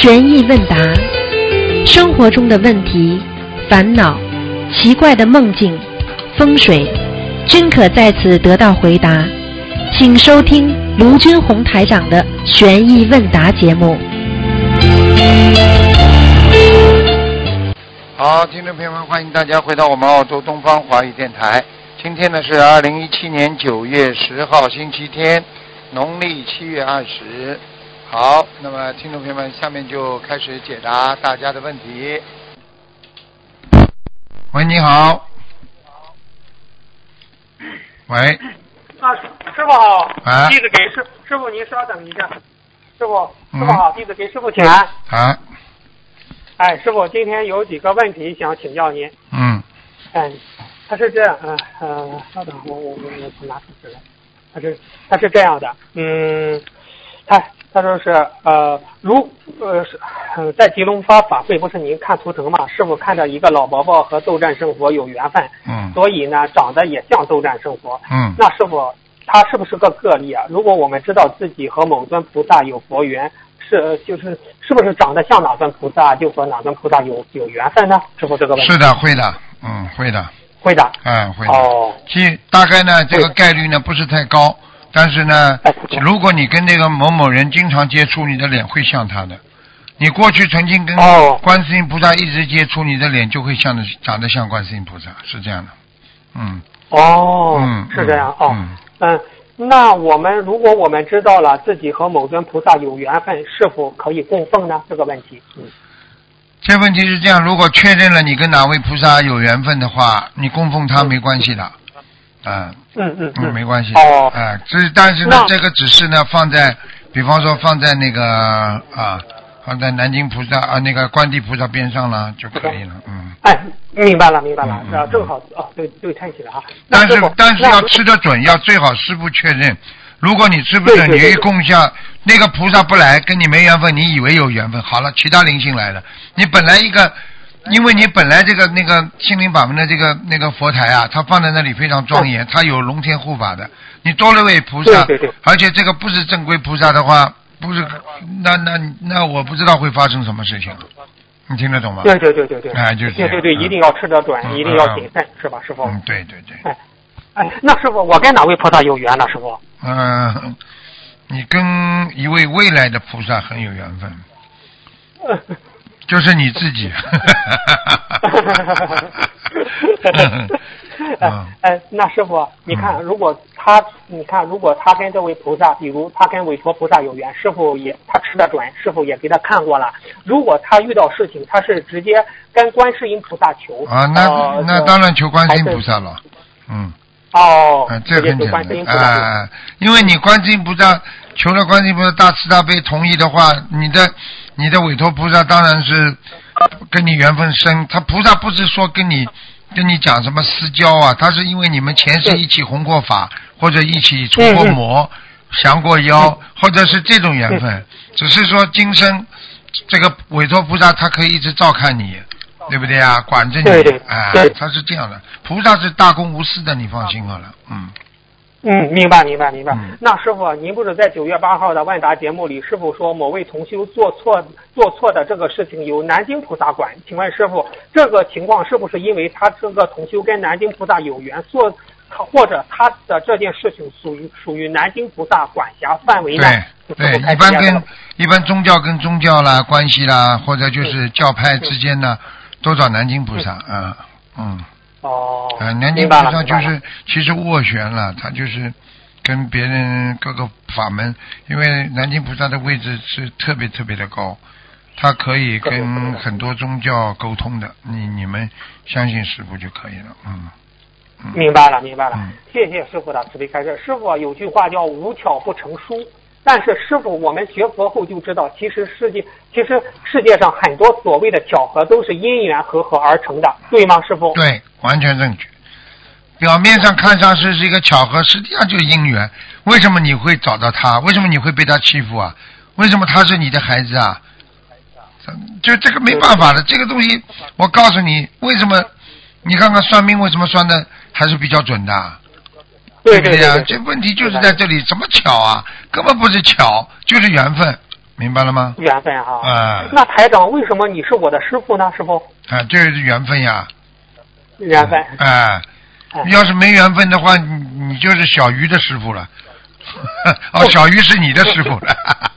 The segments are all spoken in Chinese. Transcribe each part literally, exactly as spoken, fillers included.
悬疑问答，生活中的问题、烦恼、奇怪的梦境、风水，均可在此得到回答。请收听卢军红台长的悬疑问答节目。 好，听众朋友们，欢迎大家回到我们澳洲东方华语电台。今天呢是二零一七年九月十号，星期天，农历七月二十。好，那么听众朋友们，下面就开始解答大家的问题。喂，你好。喂。 啊，师傅好。 啊。 弟子给师师傅您稍等一下。师傅，师傅好，嗯、弟子给师傅请安。 啊。 哎，师傅，今天有几个问题想请教您。 嗯。 嗯，他是这样，呃呃，稍等，我我我我拿出纸来。他是他是这样的，嗯，他他说是呃，如呃是呃在吉隆坡法会不是您看图腾嘛？师傅看着一个老伯伯和斗战胜佛有缘分， 嗯， 所以呢长得也像斗战胜佛， 嗯， 那师傅他是不是个个例啊？如果我们知道自己和某尊菩萨有佛缘，是就是是不是长得像哪尊菩萨，就和哪尊菩萨有有缘分呢？师傅这个问题。 是的，会的，嗯，会的。 会的， 嗯，会的。 哦， 其大概呢，这个概率呢不是太高，但是呢，如果你跟那个某某人经常接触，你的脸会像他的。你过去曾经跟观世音菩萨一直接触，你的脸就会像的长得像观世音菩萨，是这样的。嗯。 哦， 嗯， 是这样。哦， 嗯。 嗯，那我们如果我们知道了自己和某尊菩萨有缘分，是否可以供奉呢？这个问题。嗯。 这问题是这样，如果确认了你跟哪位菩萨有缘分的话，你供奉他没关系的，嗯嗯嗯嗯，没关系。 哦， 哎，这但是呢，这个只是呢放在，比方说放在那个啊，放在南京菩萨啊那个观地菩萨边上了就可以了，嗯。 哎，明白了明白了， 嗯嗯、 正好哦，对对，看起来哈。 但是但是要吃得准，要最好师父确认。如果你吃不准，你一供下那个菩萨不来，跟你没缘分，你以为有缘分，好了，其他灵性来了。你本来一个，因为你本来这个那个心灵法门的这个那个佛台啊，它放在那里非常庄严，它有龙天护法的。你多了位菩萨， 对对对， 而且这个不是正规菩萨的话，不是，那那那我不知道会发生什么事情。你听得懂吗？ 对对对对对， 哎，就是对对对，一定要吃得准， 嗯、 一定要谨慎，是吧，师傅？ 嗯，对对对。 哎哎，那师傅，我跟哪位菩萨有缘呢？师傅？ 嗯、呃，你跟一位未来的菩萨很有缘分， 呃、 就是你自己。 嗯、哎，那师傅，你看，如果他，你看，如果他跟这位菩萨，比如他跟韦陀菩萨有缘，师傅也他吃得准，师傅也给他看过了。如果他遇到事情，他是直接跟观世音菩萨求啊，那、 呃、 那当然求观世音菩萨了，嗯。 哦， 啊，这很简单啊、呃，因为你观世音菩萨求了观世音菩萨大慈大悲同意的话，你的你的委托菩萨当然是跟你缘分深。他菩萨不是说跟你跟你讲什么私交啊，他是因为你们前世一起弘过法，或者一起除过魔、降过妖，或者是这种缘分。只是说今生这个委托菩萨他可以一直照看你。对不对啊？管着你， 对对， 哎、 对， 他是这样的，菩萨是大公无私的，你放心好了，嗯。 嗯，明白明白明白。 嗯、 那师傅，您不是在九月八号的万达节目里，师傅说某位同修做错做错的这个事情由南京菩萨管？请问师傅，这个情况是不是因为他这个同修跟南京菩萨有缘，所或者他的这件事情属于属于南京菩萨管辖范围呢？ 对对，一般跟一般宗教跟宗教啦关系啦，或者就是教派之间呢。都找南京菩萨啊，嗯，嗯哦， 啊，南京菩萨就是其实斡旋了，他就是跟别人各个法门，因为南京菩萨的位置是特别特别的高，他可以跟很多宗教沟通的，你你们相信师父就可以了，嗯。 嗯明白了，明白了， 嗯、 谢谢师傅的慈悲开示。师傅有句话叫无巧不成书。但是师傅，我们学佛后就知道，其实世界其实世界上很多所谓的巧合都是因缘和合而成的，对吗，师傅？ 对，完全正确。表面上看上去是一个巧合，实际上就是因缘。为什么你会找到他？为什么你会被他欺负啊？为什么他是你的孩子啊？就这个没办法的，这个东西我告诉你，为什么？你看看算命为什么算的还是比较准的？ 对不对啊？这问题就是在这里，怎么巧啊？根本不是巧，就是缘分， 明白了吗？ 缘分哈。 啊。 那台长，为什么你是我的师傅呢？师傅？ 啊，这是缘分呀。 缘分。 哎、嗯，要是没缘分的话，你你就是小鱼的师傅了。哦，小鱼是你的师傅了。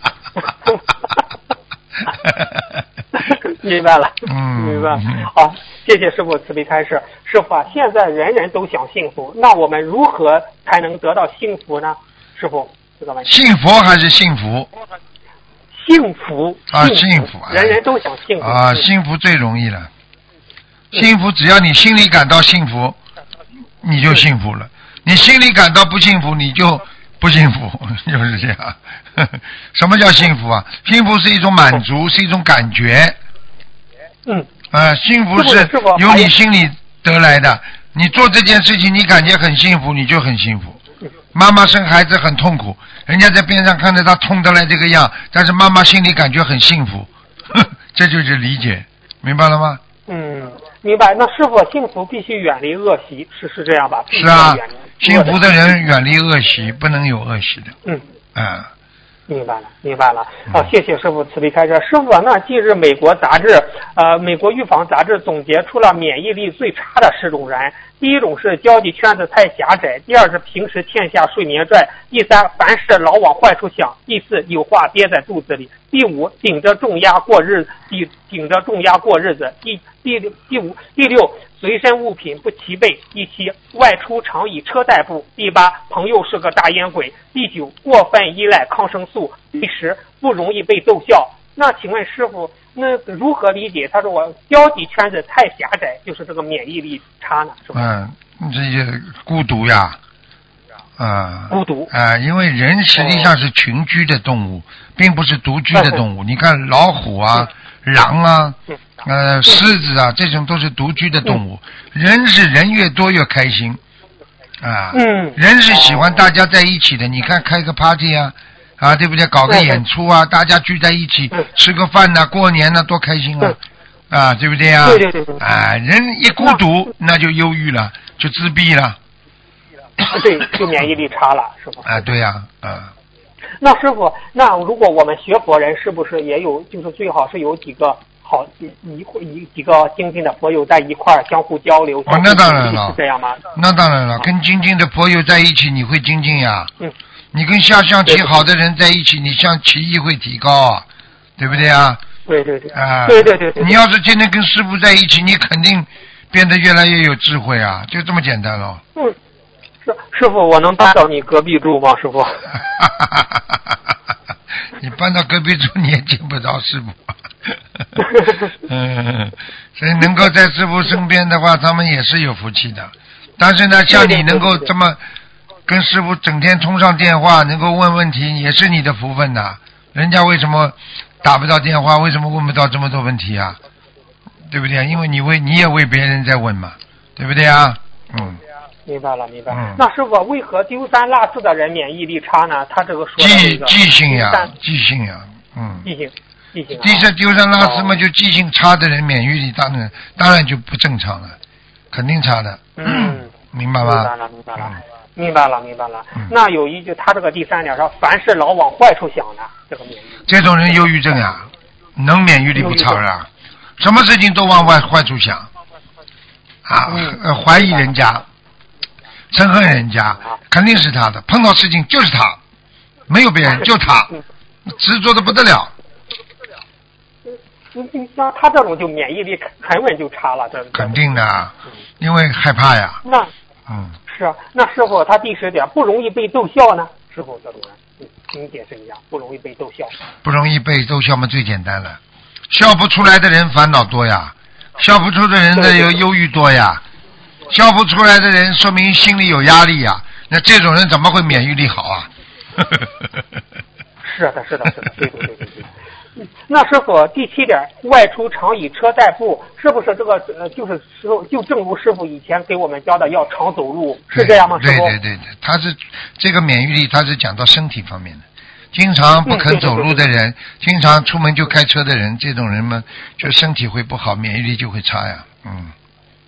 明白了， 嗯， 明白了。好，谢谢师傅慈悲开示。师傅啊，现在人人都想幸福，那我们如何才能得到幸福呢？师傅，这个问题。 幸福还是幸福？ 幸福啊，幸福， 人人都想幸福啊，幸福最容易了。幸福，只要你心里感到幸福，你就幸福了。你心里感到不幸福，你就不幸福，就是这样。什么叫幸福啊？幸福是一种满足，是一种感觉。 嗯。 啊，幸福是由你心里得来的。你做这件事情，你感觉很幸福，你就很幸福。妈妈生孩子很痛苦，人家在边上看着她痛得来这个样，但是妈妈心里感觉很幸福，这就是理解，明白了吗？ 嗯，明白。那师傅，幸福必须远离恶习，是是这样吧？ 是啊，幸福的人远离恶习，不能有恶习的。 嗯。 啊。 明白了，明白了。好、哦，谢谢师傅慈悲开示。师傅，那近日美国杂志，呃，美国预防杂志总结出了免疫力最差的十种人。第一种是交际圈子太狭窄，第二是平时欠下睡眠债，第三凡事老往坏处想，第四有话憋在肚子里，第五顶着重压过日顶顶着重压过日子，第第第五第六随身物品不齐备，第七外出常以车代步，第八朋友是个大烟鬼，第九过分依赖抗生素，第十不容易被奏效。那请问师傅，那如何理解他说我交际圈子太狭窄，就是这个免疫力差呢？是吧？ 嗯，这些孤独呀，啊、 孤独啊、呃，因为人实际上是群居的动物，并不是独居的动物。你看老虎啊、狼啊、呃狮子啊，这种都是独居的动物。人是人越多越开心啊， 嗯， 人是喜欢大家在一起的。你看开个 party 啊。啊，对不对？搞个演出啊，大家聚在一起吃个饭呐、啊，过年呐、啊，多开心啊！啊，对不对啊？ 对对对对。 啊，人一孤独，那就忧郁了，就自闭了。 对，就免疫力差了，是吧？ 啊，对呀、啊，啊。 那师傅，那如果我们学佛人，是不是也有，就是最好是有几个好一一几个精进的佛友在一块儿相互交流？ 哦，那当然了， 是这样吗？ 那当然了，跟精进的佛友在一起，你会精进呀。 嗯。 你跟下象棋好的人在一起，你象棋艺会提高啊，对不对啊？ 对对对。 啊， 对对对对。 你要是天天跟师傅在一起，你肯定变得越来越有智慧啊，就这么简单咯。 嗯，师师傅，我能搬到你隔壁住吗？师傅。 你搬到隔壁住，你也见不着师傅。嗯，所以能够在师傅身边的话，他们也是有福气的。但是呢，像你能够这么。跟师傅整天通上电话，能够问问题，也是你的福分呐。人家为什么打不到电话？为什么问不到这么多问题啊？对不对？因为你为你也为别人在问嘛，对不对啊？嗯。 明白了，明白了。 嗯、 那师傅，为何丢三落四的人免疫力差呢？他这个说的这个记记性呀，记性呀，嗯。 记性，记性、啊。 第三丢三落四嘛，就记性差的人，免疫力当然当然就不正常了，肯定差的。 嗯。 明白吗？ 明白了，明白了。嗯明白了，明白了。 嗯、 那有一句，他这个第三点说，凡事老往坏处想的，这个免疫。 这种人忧郁症呀、啊，能免疫力不差啊？什么事情都往坏坏处想，啊， 嗯、 呃，怀疑人家，憎恨人家，肯定是他的。碰到事情就是他，没有别人，就他，执着的不得了。 你你像他这种就免疫力肯稳就差了，这肯定的，因为害怕呀。 那嗯。 是啊，那师傅他第十点不容易被奏效呢？师傅这种人，请解释一下，不容易被奏效。 不容易被奏效嘛，最简单了，笑不出来的人烦恼多呀，笑不出的人的有忧郁多呀，笑不出来的人说明心里有压力呀，那这种人怎么会免疫力好啊？ 是的，是的，是的，对对对对对。那师傅，第七点，外出常以车代步，是不是这个呃，就是师傅就正如师傅以前给我们教的，要常走路，是这样吗？师傅？ 对对对对，他是这个免疫力，他是讲到身体方面的。经常不肯走路的人，嗯、对对对对经常出门就开车的人，这种人们就身体会不好，免疫力就会差呀。嗯。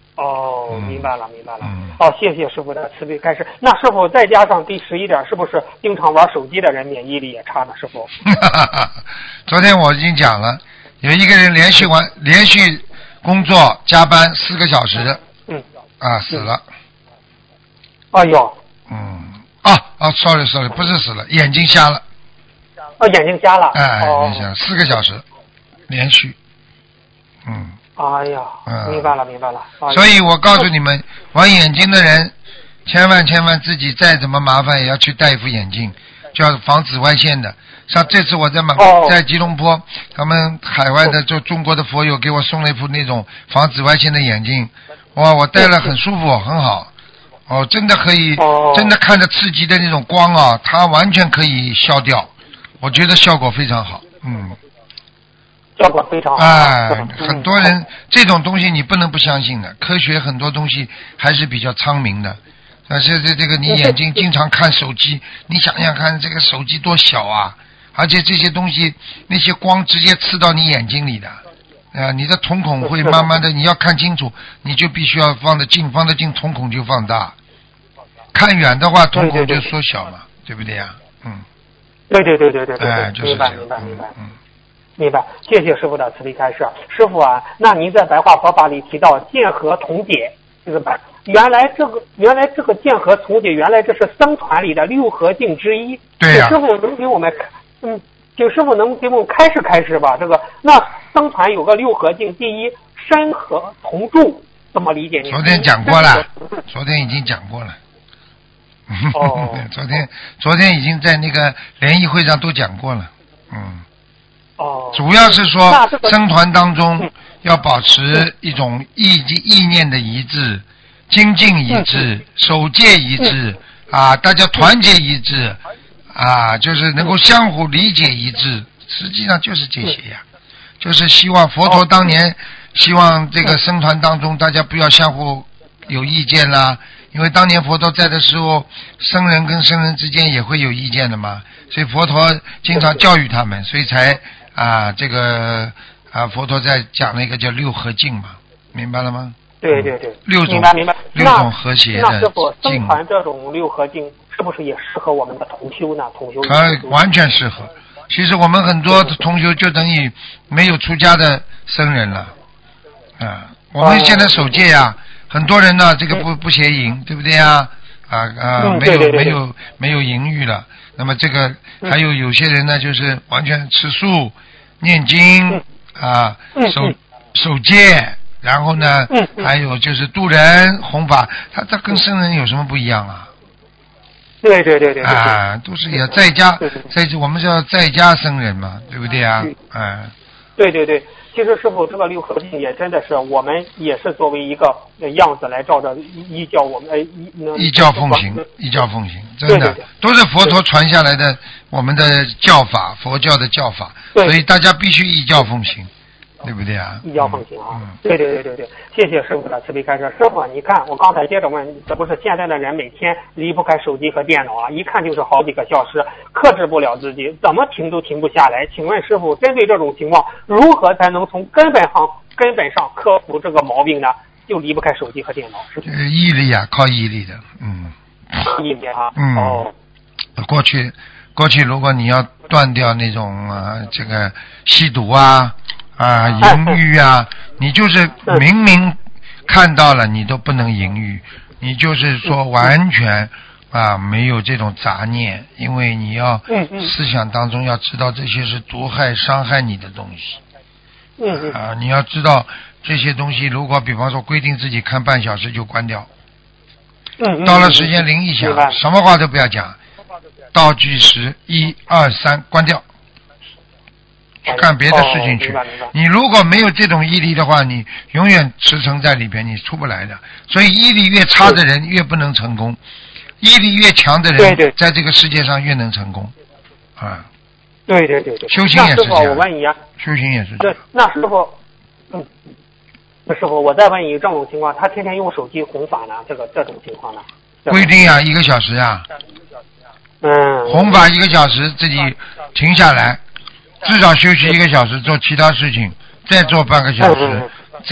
哦，明白了，明白了。 嗯。 哦，谢谢师傅的慈悲开示。那师傅再加上第十一点，是不是经常玩手机的人免疫力也差呢？师傅。 昨天我已经讲了，有一个人连续玩连续工作加班四个小时， 嗯， 啊，死了。 哎呦。 嗯。啊啊 ，sorry sorry， 不是死了，眼睛瞎了。 哦，眼睛瞎了。 哎， 哦、 眼睛瞎了，四个小时连续。嗯。 哎呀，明白了，明白了。 所以我告诉你们，玩眼睛的人，千万千万自己再怎么麻烦也要去戴一副眼镜，就要防紫外线的。像这次我在马、哦、在吉隆坡，他们海外的就中国的佛友给我送了一副那种防紫外线的眼镜，哇，我戴了很舒服，很好。哦，真的可以， 哦、 真的看着刺激的那种光啊，它完全可以消掉，我觉得效果非常好，嗯。 效果非常好。 哎，很多人这种东西你不能不相信的，科学很多东西还是比较昌明的。但是这这个你眼睛经常看手机，你想想看这个手机多小啊，而且这些东西那些光直接刺到你眼睛里的，啊，你的瞳孔会慢慢的，你要看清楚，你就必须要放得近，放得近瞳孔就放大，看远的话瞳孔就缩小嘛，对不对呀？嗯。 对对对对对对。 哎，就是这样。 明白明白明白。 嗯。 明白，谢谢师傅的慈悲开示。师傅啊，那您在白话佛法里提到见合同解，这个白，原来这个原来这个见合同解，原来这是僧团里的六合境之一。 对呀、啊。 师傅能给我们，嗯，请师傅能给我们开示开示吧？这个那僧团有个六合境，第一山河同住，怎么理解？ 昨天讲过了，昨天已经讲过了。 哦。 昨天昨天已经在那个联谊会上都讲过了，嗯。 哦， 主要是说僧团当中要保持一种意意念的一致，精进一致，守戒一致啊，大家团结一致啊，就是能够相互理解一致，实际上就是这些呀，就是希望佛陀当年希望这个僧团当中大家不要相互有意见啦，因为当年佛陀在的时候，僧人跟僧人之间也会有意见的嘛，所以佛陀经常教育他们，所以才啊，这个啊，佛陀在讲了一个叫六合境嘛，明白了吗？ 对对对， 六种明白明白。 六种和谐的境。 那师傅，僧团这种六合境是不是也适合我们的同修呢？同修。 它完全适合。其实我们很多同修就等于没有出家的僧人了，啊，我们现在守戒呀，很多人呢，这个不不邪淫，对不对呀？啊啊，没有没有没有淫欲了。那么这个还有有些人呢，就是完全吃素、念经啊、守守戒，然后呢，还有就是度人弘法，他他跟僧人有什么不一样啊？ 对对对对。 啊，都是也在家，在我们叫在家僧人嘛，对不对啊？啊。 对对对。其实师傅，这个六合境也真的是我们也是作为一个样子来照着依教我们呃依依教奉行，依教奉行，真的对对对都是佛陀传下来的我们的教法，佛教的教法，所以大家必须依教奉行，对不对啊？ 依教奉行啊！嗯、对对对对对，谢谢师傅的慈悲开示。师傅，你看我刚才接着问，这不是现在的人每天离不开手机和电脑啊，一看就是好几个小时，克制不了自己，怎么停都停不下来。请问师傅，针对这种情况，如何才能从根本上根本上克服这个毛病呢？就离不开手机和电脑，是呃，毅力啊，靠毅力的，嗯。 毅力啊， 嗯。 哦。 过去，过去如果你要断掉那种啊，这个吸毒啊。啊，淫欲啊，你就是明明看到了，你都不能淫欲，你就是说完全啊没有这种杂念，因为你要思想当中要知道这些是毒害伤害你的东西。啊，你要知道这些东西，如果比方说规定自己看半小时就关掉，到了时间铃一响，什么话都不要讲，倒计时一二三关掉。去干别的事情去、 哦、 你如果没有这种毅力的话，你永远驰骋在里边，你出不来的。所以毅力越差的人越不能成功，毅力越强的人对对在这个世界上越能成功啊。 对对对对， 修行也是这样。 那师傅我问你啊， 修行也是这样。 对，那师傅嗯那师傅我再问你这种情况，他天天用手机弘法呢，这个这种情况呢？ 规定啊，一个小时啊。 嗯。 弘法一个小时，自己停下来，至少休息一个小时，做其他事情，再做半个小时，再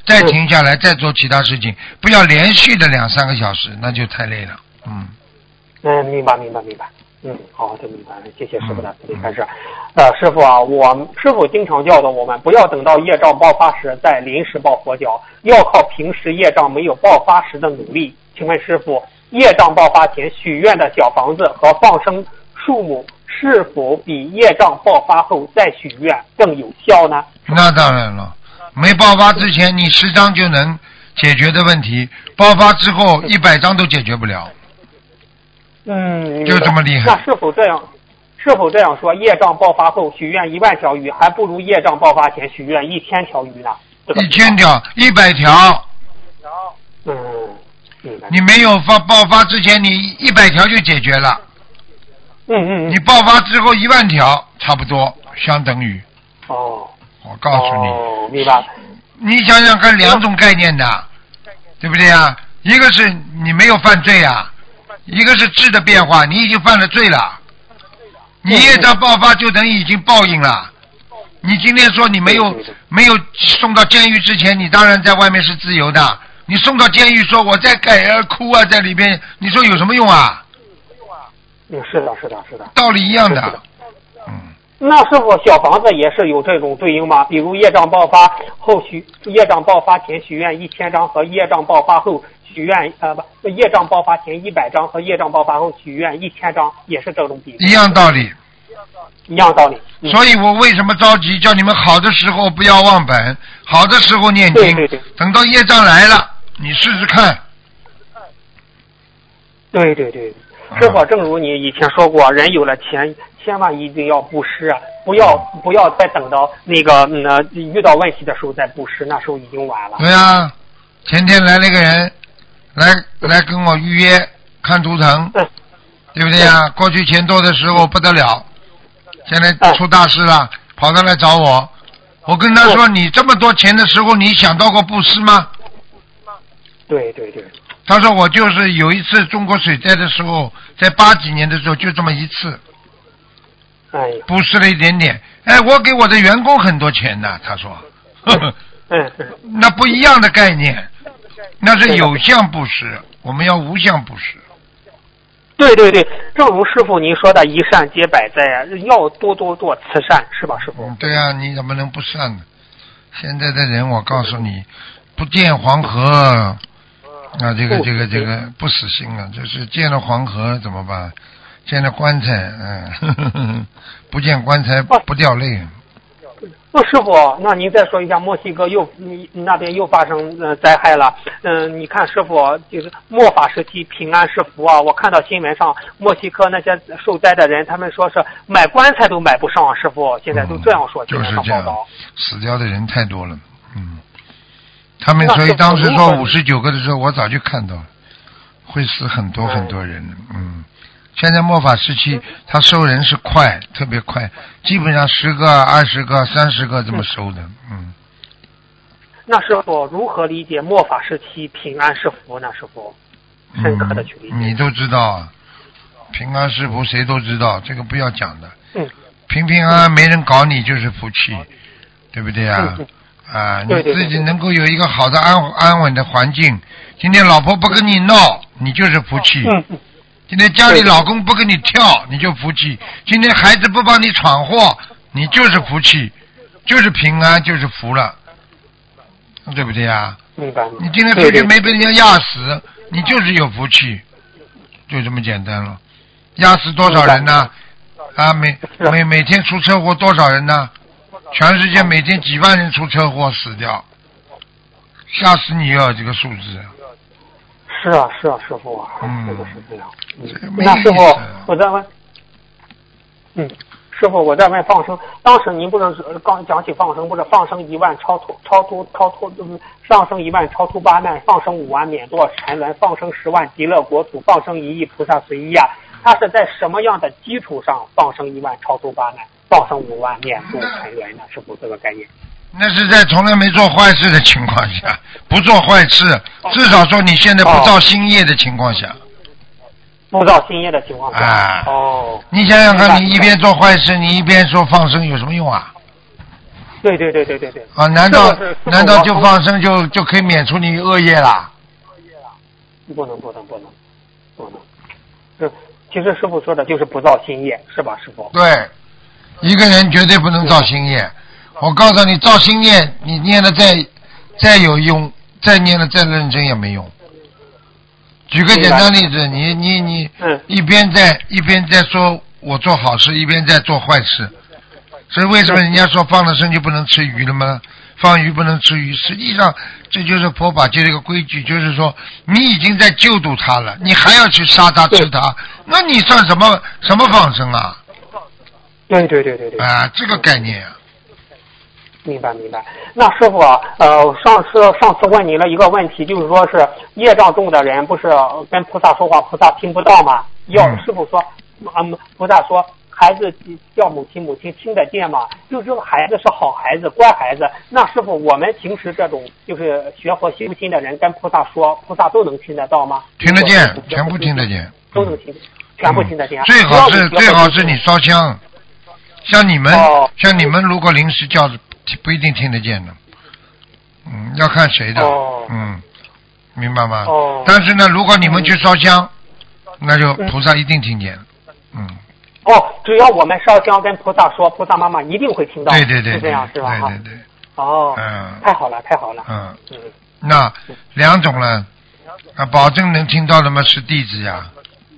再停下来再做其他事情，不要连续的两三个小时，那就太累了。嗯。 嗯，明白明白明白。嗯，好的，明白了，谢谢师傅的慈悲开示。呃，师傅啊，我师傅经常教导我们，不要等到业障爆发时再临时抱佛脚，要靠平时业障没有爆发时的努力。请问师傅，业障爆发前许愿的小房子和放生数目是否比业障爆发后再许愿更有效呢？ 那当然了，没爆发之前你十张就能解决的问题，爆发之后一百张都解决不了。 嗯， 就这么厉害。 那是否这样？是否这样说，业障爆发后许愿一万条鱼，还不如业障爆发前许愿一千条鱼呢？ 一千条，一百条。 嗯，明白。 你没有发爆发之前，你一百条就解决了。 嗯嗯。 你爆发之后一万条，差不多相等于。 哦。 我告诉你。 哦，明白。 你想想看，两种概念的，对不对啊？一个是你没有犯罪啊。一个是质的变化，你已经犯了罪了，你业障爆发就等于已经报应了。你今天说你没有没有送到监狱之前，你当然在外面是自由的。你送到监狱说我在改而哭啊，在里边，你说有什么用啊？ 嗯，是的，是的，是的， 道理一样的。 的嗯。那是否小房子也是有这种对应吗？比如业障爆发后许业障爆发前许愿一千张和业障爆发后许愿呃不，业障爆发前一百张和业障爆发后许愿一千张，也是这种比例。 一样道理。 一样道理。 嗯、所以我为什么着急，叫你们好的时候不要忘本，好的时候念经， 对对对， 等到业障来了，你试试看。 对对对，师傅，正如你以前说过，人有了钱，千万一定要布施，不要不要再等到那个嗯遇到问题的时候再布施，那时候已经晚了。 对啊，前天来了一个人。来来跟我预约看图腾，对不对呀？过去钱多的时候不得了，现在出大事了，跑到来找我。我跟他说：“你这么多钱的时候，你想到过布施吗？” 对对对。 他说：“我就是有一次中国水灾的时候，在八几年的时候就这么一次， 哎， 布施了一点点。哎，我给我的员工很多钱呢。”他说：“呵呵， 嗯， 那不一样的概念。”那是有相布施，我们要无相布施。 对对对，正如师傅您说的，一善解百灾，要多多做慈善，是吧，师傅？ 嗯，对啊，你怎么能不善呢？现在的人，我告诉你，不见黄河啊，这个这个这个不死心啊，就是见了黄河怎么办？见了棺材，嗯，呵呵呵不见棺材不掉泪。 那师傅，那您再说一下，墨西哥又你那边又发生呃灾害了。嗯、呃，你看师傅，就是末法时期平安是福啊。我看到新闻上，墨西哥那些受灾的人，他们说是买棺材都买不上，师傅现在都这样说。 嗯、就是这样，死掉的人太多了。嗯，他们所以当时说五十九个的时候，我早就看到了，会死很多很多人。嗯。现在末法时期，他收人是快，特别快，基本上十个、二十个、三十个这么收的，嗯。 那师傅如何理解末法时期平安是福呢？师傅，深刻的去理解。 嗯、你都知道啊，平安是福，谁都知道，这个不要讲的。 嗯。 平平安安，没人搞你就是福气，对不对啊？ 嗯、 啊，你自己能够有一个好的安安稳的环境，今天老婆不跟你闹，你就是福气。 嗯嗯。 今天家里老公不跟你跳，你就福气；今天孩子不帮你闯祸，你就是福气，就是平安，就是福了，对不对呀？ 明白。 你今天出去没被人家压死，你就是有福气，就这么简单了。压死多少人呢？啊，每每每天出车祸多少人呢？全世界每天几万人出车祸死掉，吓死你啊！这个数字。 是啊，是啊，师傅， 嗯， 这个是这样。嗯、那师傅，我再问，嗯，师傅，我再问放生，当时您不是刚讲起放生，不是放生一万超脱超脱超脱，嗯，上升一万超脱八难，放生五万免堕沉沦，放生十万极乐国土，放生一亿菩萨随意啊。它是在什么样的基础上放生一万超脱八难，放生五万免堕沉沦呢？师傅，这个概念。 那是在从来没做坏事的情况下，不做坏事，至少说你现在不造新业的情况下。 不造新业的情况下。 啊。 哦。 你想想看，你一边做坏事，你一边说放生，有什么用啊？ 对对对对对对。 啊，难道这个是难道就放生就就可以免除你恶业啦？ 不能不能不能不能。这其实师傅说的就是不造新业，是吧，师傅？ 对，一个人绝对不能造新业。我告诉你，造新业，你念的再再有用，再念的再认真也没用。举个简单例子，你你你一边在一边在说我做好事，一边在做坏事，所以为什么人家说放了生就不能吃鱼了吗？放鱼不能吃鱼，实际上这就是佛法界的一个规矩，就是说你已经在救度他了，你还要去杀他吃他，那你算什么什么放生啊？ 对对对对对。 啊，这个概念啊。 明白明白。那师傅啊，呃，上次上次问你了一个问题，就是说是业障重的人不是跟菩萨说话，菩萨听不到吗？要、嗯、师傅说，嗯，菩萨说孩子叫母亲，母亲听得见吗？就是这个孩子是好孩子，乖孩子。那师傅，我们平时这种就是学佛修心的人跟菩萨说，菩萨都能听得到吗？ 听得见，全部听得见， 都能听，全部听得见。 嗯、最好是最好是你烧香，像你们、哦、像你们如果临时叫。不一定听得见的，嗯，要看谁的，哦、嗯，明白吗？ 哦、 但是呢，如果你们去烧香，嗯、那就菩萨一定听见，嗯。 哦，只要我们烧香跟菩萨说，菩萨妈妈一定会听到， 对对对， 是这样是吧？ 对对对。 哦， 嗯， 太好了，太好了。 嗯嗯，那两种了，啊，保证能听到的嘛是弟子呀。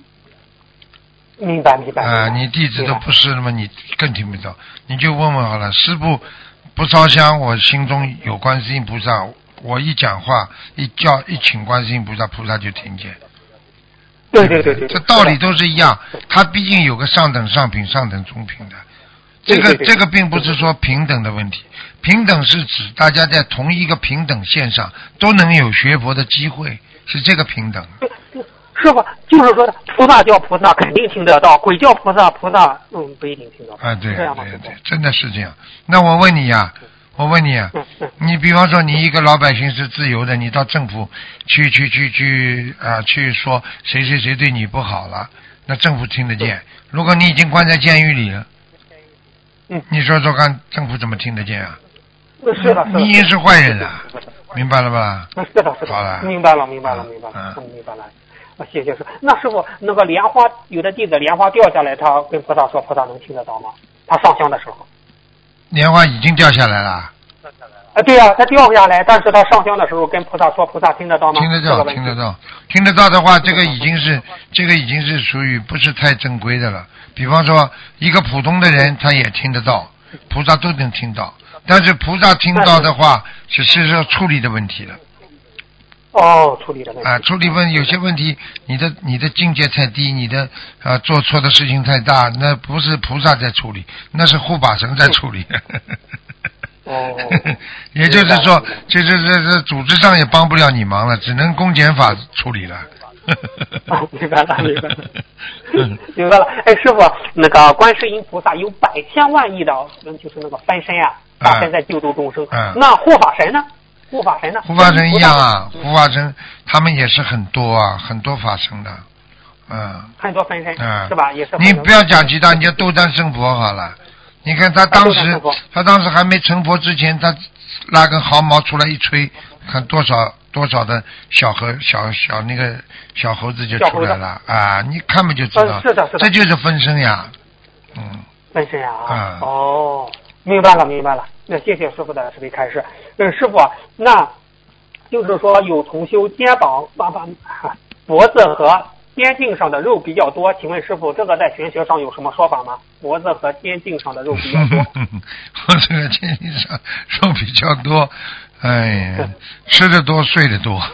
明白明白。 啊，你弟子都不是，那么你更听不到。你就问问好了，师父不烧香，我心中有观世音菩萨，我一讲话一叫一请观世音菩萨，菩萨就听见。 对对对对。 这道理都是一样，他毕竟有个上等上品、上等中品的。这个这个并不是说平等的问题，平等是指大家在同一个平等线上都能有学佛的机会，是这个平等。 师傅就是说，菩萨叫菩萨肯定听得到，鬼叫菩萨，菩萨嗯不一定听得到。 啊，对对对，真的是这样。那我问你呀、啊，我问你啊， 嗯嗯、 你比方说你一个老百姓是自由的，你到政府去去去去啊去说谁谁谁对你不好了，那政府听得见。嗯、如果你已经关在监狱里了， 嗯， 你说说看，政府怎么听得见啊？ 是的， 你已经是坏人了，明白了吧？ 是的，是的。 好了， 明白了，明白了，明白了， 嗯， 明白了。啊，谢谢师。那师傅，那个莲花有的弟子莲花掉下来，他跟菩萨说，菩萨能听得到吗？他上香的时候。 莲花已经掉下来了。 啊，对啊，他掉下来，但是他上香的时候跟菩萨说，菩萨听得到吗？ 听得到，听得到，听得到的话，这个已经是这个已经是属于不是太正规的了。比方说，一个普通的人他也听得到，菩萨都能听到，但是菩萨听到的话，只是说处理的问题了。 哦，处理的问题啊，处理问有些问题，你的你的境界太低，你的啊做错的事情太大，那不是菩萨在处理，那是护法神在处理。 哦， 也就是说，这这这这组织上也帮不了你忙了，只能公检法处理了。 啊，明白了，明白了，明白了。哎，师傅，那个观世音菩萨有百千万亿的，就是那个分身啊，大神在救度众生。 嗯、 那护法神呢？护法神呢？ 护法神一样啊，护法神他们也是很多啊，很多法身的，嗯， 很多分身， 嗯， 是吧？也是。 你不要讲其他，你就斗战胜佛好了。你看他当时，他当时还没成佛之前，他拉根毫毛出来一吹，看多少多少的小猴小小那个小猴子就出来了啊！你看不就知道？ 是的，是的， 这就是分身呀，嗯， 分身呀， 嗯， 哦，明白了，明白了。那谢谢师傅的慈悲开示。嗯，师傅，那就是说有同修肩膀、把把脖子和肩颈上的肉比较多，请问师傅，这个在玄学上有什么说法吗？脖子和肩颈上的肉比较多。 我这个肩颈上肉比较多，哎呀，吃的多，睡的多。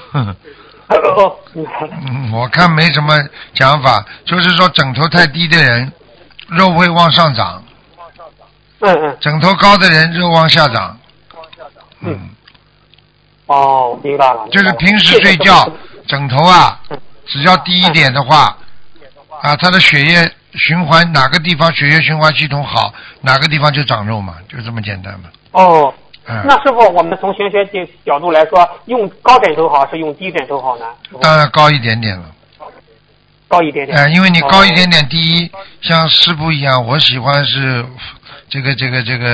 嗯，我看没什么讲法，就是说枕头太低的人，肉会往上涨。 嗯嗯。 枕头高的人，肉往下涨。 嗯。哦，明白了。 就是平时睡觉，枕头啊。只要低一点的话，啊，他的血液循环哪个地方血液循环系统好，哪个地方就长肉嘛，就这么简单嘛。 哦， 嗯、 那师傅，我们从玄学角度来说，用高枕头好是用低枕头好呢？ 当然高一点点了。 高一点点。 哎、呃，因为你高一点点，第一，像师傅一样，我喜欢是这个这个这个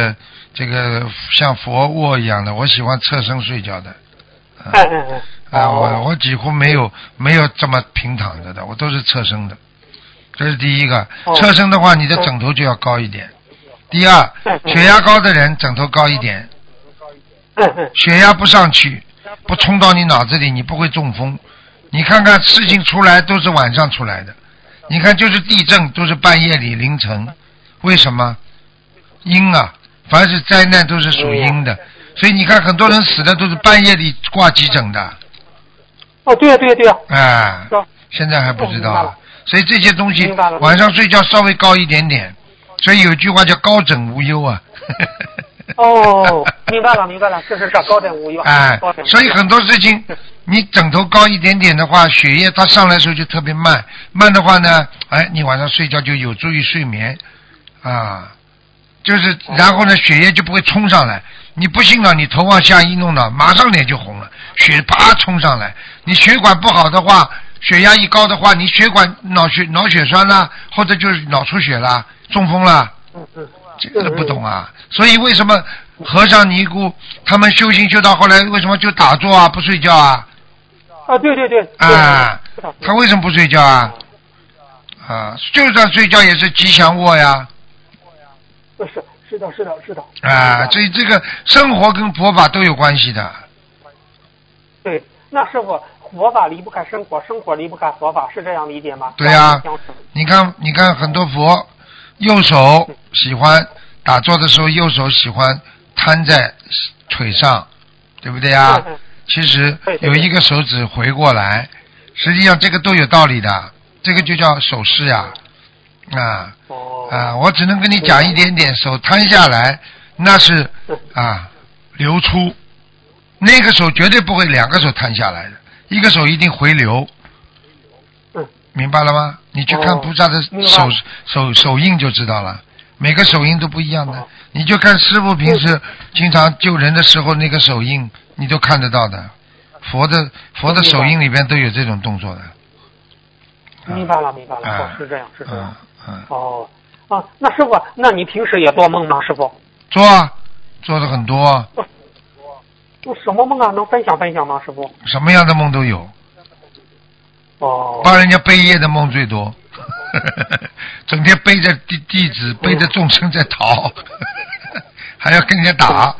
这个像佛卧一样的，我喜欢侧身睡觉的。 嗯嗯嗯。 啊，我我几乎没有没有这么平躺着的，我都是侧身的。这是第一个，侧身的话，你的枕头就要高一点。第二，血压高的人枕头高一点。血压不上去，不冲到你脑子里，你不会中风。你看看事情出来都是晚上出来的，你看就是地震都是半夜里凌晨，为什么？阴啊，凡是灾难都是属阴的，所以你看很多人死的都是半夜里挂急诊的。 哦，对呀、啊、对呀、啊、对呀、啊。 哎，现在还不知道、啊，所以这些东西晚上睡觉稍微高一点点，所以有句话叫高枕无忧啊。 哦，明白了明白了，是是是，高枕无忧。 哎，所以很多事情你枕头高一点点的话，血液它上来的时候就特别慢，慢的话呢，哎，你晚上睡觉就有助于睡眠啊，就是然后呢，血液就不会冲上来。你不信了，你头往下一弄了，马上脸就红了，血啪冲上来。你血管不好的话，血压一高的话，你血管脑血脑血栓啦，或者就是脑出血啦，中风啦。 嗯嗯。 这个都不懂啊，所以为什么和尚尼姑他们修行修到后来，为什么就打坐啊，不睡觉啊？ 啊，对对对。 啊，他为什么不睡觉啊？啊，就算睡觉也是吉祥卧呀。 是是的是的是的。 啊，所以这个生活跟佛法都有关系的。 对，那师傅，佛法离不开生活，生活离不开佛法，是这样理解吗？ 对呀、啊，你看你看很多佛。右手喜欢打坐的时候，右手喜欢摊在腿上，对不对啊？其实有一个手指回过来，实际上这个都有道理的，这个就叫手势呀，啊啊！我只能跟你讲一点点，手摊下来那是啊流出，那个手绝对不会两个手摊下来的，一个手一定回流。明白了吗？你去看菩萨的手、哦、手手印就知道了，每个手印都不一样的。哦、你就看师父平时经常救人的时候那个手印，你都看得到的。佛的佛的手印里边都有这种动作的。 明白了，明白了，啊、哦，是这样，是这样。 嗯嗯、 哦啊，那师傅，那你平时也做梦吗？师傅？ 做啊，做的很多。 哦，什么梦啊？能分享分享吗？师傅？ 什么样的梦都有。 哦， 帮人家背业的梦最多，整天背着弟弟子，背着众生在逃，还要跟人家打。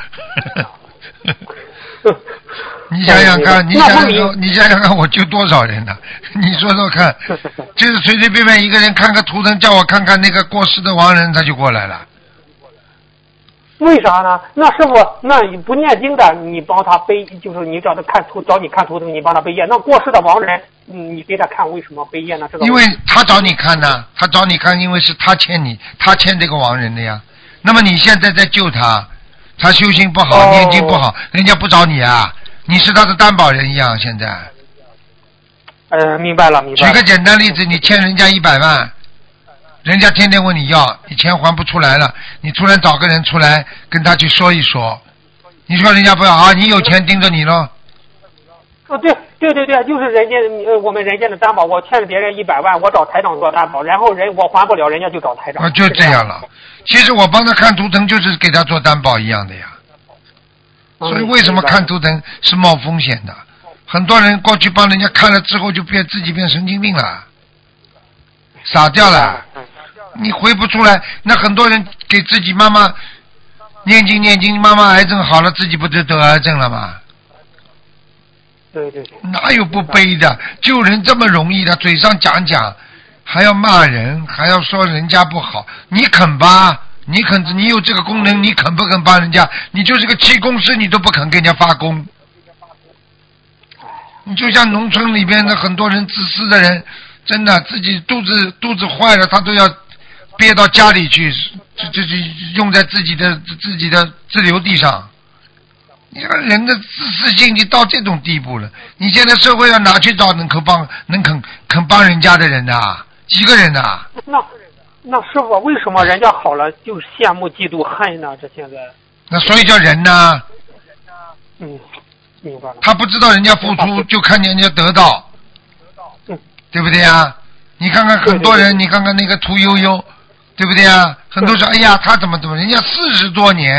你想想看，你想想看，你想想看，我救多少人呢、啊？你说说看，就是随随便便一个人看个图腾，叫我看看那个过世的亡人，他就过来了。 为啥呢？那师傅，那你不念经的，你帮他背，就是你找他看图，找你看图腾，你帮他背业。那过世的亡人，嗯，你给他看，为什么背业呢？这个因为他找你看呢，他找你看，因为是他欠你，他欠这个亡人的呀。那么你现在在救他，他修行不好，哦、念经不好，人家不找你啊，你是他的担保人一样。现在， 呃，明白了，明白了。 举个简单例子，你欠人家一百万。人家天天问你要，你钱还不出来了，你突然找个人出来跟他去说一说，你说人家不要啊？你有钱盯着你咯？ 哦，对对对对，就是人家呃我们人家的担保，我欠了别人一百万，我找台长做担保，然后人我还不了，人家就找台长。 啊，就这样了。其实我帮他看图腾就是给他做担保一样的呀。所以为什么看图腾是冒风险的？很多人过去帮人家看了之后就变自己变神经病了，傻掉了。你回不出来，那很多人给自己妈妈念经念经，妈妈癌症好了，自己不就得癌症了吗？ 对对对。 哪有不背的？救人这么容易的，嘴上讲讲，还要骂人，还要说人家不好，你肯吧？你肯？你有这个功能，你肯不肯帮人家？你就是个气功师，你都不肯给人家发功。你就像农村里边的很多人，自私的人，真的自己肚子肚子坏了，他都要憋到家里去，这这这用在自己的自己的自留地上。你看人的自私性已经到这种地步了，你现在社会上哪去找能肯帮能肯肯帮人家的人啊？几个人啊？ 那那师傅，为什么人家好了就羡慕嫉妒恨呢？这现在那所以叫人呢？ 嗯，明白了。 他不知道人家付出，就看见人家得到， 嗯， 对不对呀？你看看很多人，你看看那个屠呦呦。对不对啊？很多说，哎呀，他怎么怎么，人家四十多年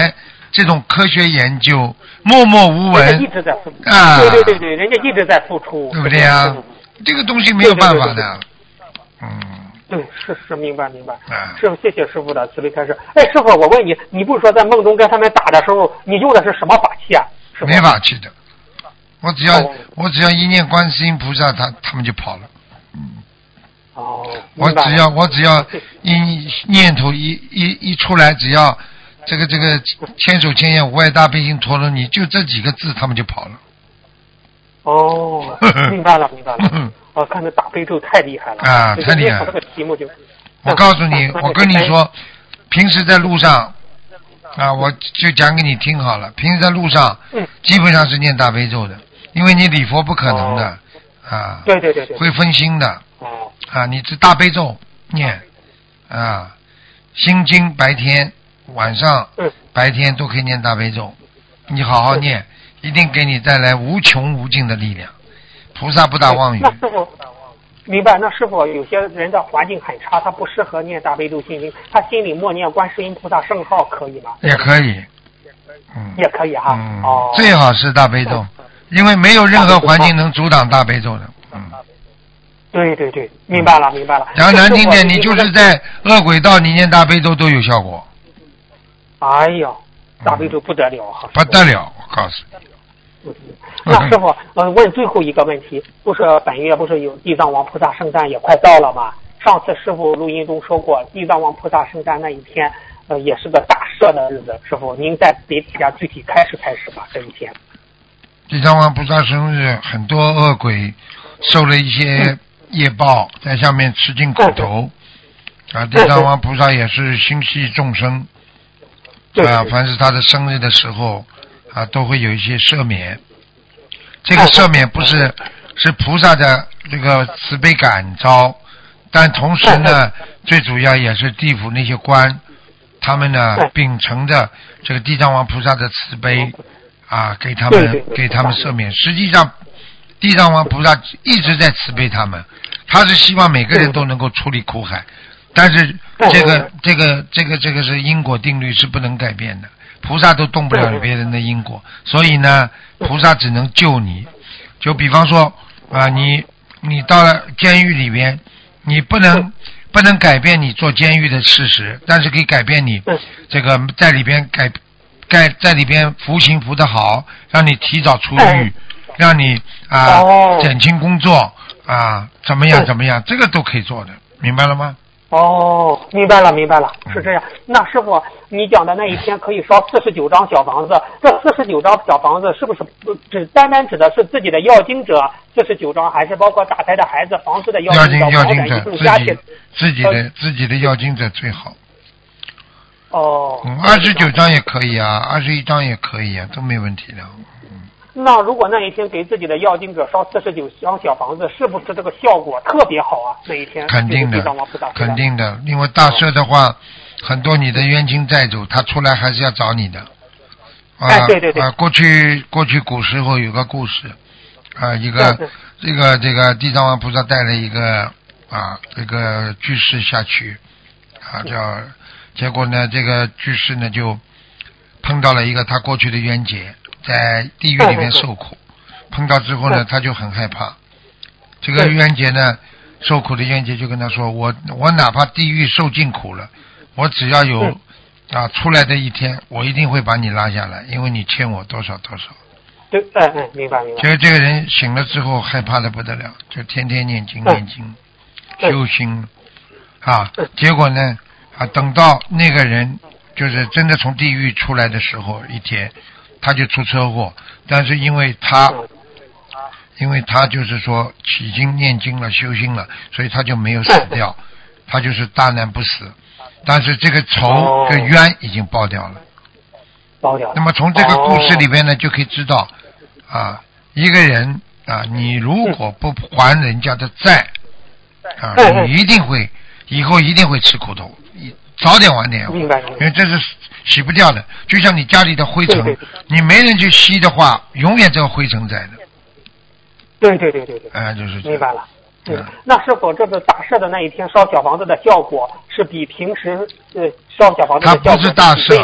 这种科学研究，默默无闻， 人家一直在付出啊， 对对对对，人家一直在付出， 对不对呀？这个东西没有办法的，嗯。 对，是是，明白明白。 啊， 师傅，谢谢师傅的慈悲开示。哎，师傅，我问你，你不是说在梦中跟他们打的时候，你用的是什么法器啊？ 没法器的，我只要、 哦、 我只要一念观世音菩萨，他他们就跑了。嗯。 哦。 我只要我只要一念头一一一出来，只要这个这个千手千眼无碍大悲心陀罗尼，就这几个字，他们就跑了。 哦，明白了明白了。哦，看这大悲咒太厉害了啊，太厉害了！ 这个题目就， 我告诉你，我跟你说，平时在路上啊，我就讲给你听好了。平时在路上， 嗯， 基本上是念大悲咒的，因为你礼佛不可能的、 哦、 啊。 对对对对。 会分心的。 哦。 啊，你这大悲咒念啊，心经白天晚上、 嗯、 白天都可以念大悲咒，你好好念，一定给你带来无穷无尽的力量。菩萨不打妄语。 那师傅，明白？那师傅，有些人的环境很差，他不适合念大悲咒心经，他心里默念观世音菩萨圣号可以吗？ 也可以，嗯， 也可以哈。 嗯、 哦， 最好是大悲咒，因为没有任何环境能阻挡大悲咒的。嗯。 对对对，明白了明白了。 讲难听点，你就是在恶鬼道，你念大悲咒都有效果。 哎呀，大悲咒不得了哈！ 不得了，我告诉你。 那师傅，呃，问最后一个问题，不是本月不是有地藏王菩萨圣诞也快到了吗？上次师傅录音中说过，地藏王菩萨圣诞那一天，呃，也是个大赦的日子。师傅，您再给大家具体开始开始吧，这一天。 地藏王菩萨生日，很多恶鬼受了一些业报，在下面吃尽苦头。啊，地藏王菩萨也是心系众生，啊，凡是他的生日的时候。啊，都会有一些赦免，这个赦免不是是菩萨的这个慈悲感召，但同时呢，最主要也是地府那些官，他们呢秉承着这个地藏王菩萨的慈悲啊，给他们给他们赦免。实际上，地藏王菩萨一直在慈悲他们，他是希望每个人都能够出离苦海，但是这个这个这个这个是因果定律，是不能改变的。菩萨都动不了别人的因果，所以呢，菩萨只能救你。就比方说啊，你你到了监狱里边，你不能不能改变你做监狱的事实，但是可以改变你这个在里边改改在里边服刑服得好，让你提早出狱，让你啊减轻工作啊，怎么样怎么样，这个都可以做的，明白了吗？ 哦，明白了，明白了，是这样。那师傅，你讲的那一天可以烧四十九张小房子，这四十九张小房子是不是只单单指的是自己的要经者四十九张，还是包括打胎的孩子、房子的要经者、 要经者自己自己的自己的要经者最好？ 哦， 嗯，二十九张也可以啊，二十一张也可以啊，都没问题的。 那如果那一天给自己的要经者烧四十九张小房子，是不是这个效果特别好啊？那一天肯定的，肯定的，因为大赦的话，哦、很多你的冤亲债主他出来还是要找你的。啊、 哎，对对对。 啊，过去过去古时候有个故事，啊，一个这个这个地藏王菩萨带了一个啊这个居士下去，啊叫，结果呢这个居士呢就碰到了一个他过去的冤结。在地狱里面受苦，碰到之后呢，他就很害怕。这个冤结呢，受苦的冤结就跟他说：“我我哪怕地狱受尽苦了，我只要有啊出来的一天，我一定会把你拉下来，因为你欠我多少多少。” 对，哎哎，明白明白。 结果这个人醒了之后害怕的不得了，就天天念经念经，修心啊。结果呢啊，等到那个人就是真的从地狱出来的时候，一天。他就出车祸，但是因为他，因为他就是说起经念经了、修心了，所以他就没有死掉，他就是大难不死。但是这个仇、这个冤已经报掉了。 报掉了。 那么从这个故事里边呢，就可以知道，啊，一个人啊，你如果不还人家的债，啊，你一定会以后一定会吃苦头。早点晚点， 明白， 因为这是洗不掉的，就像你家里的灰尘， 对对对你没人去吸的话，永远这个灰尘在的。 对对对对对。 哎、呃，就是这明白了。嗯，那是否这个大赦的那一天烧小房子的效果是比平时呃烧小房子的效果？ 它不是大赦，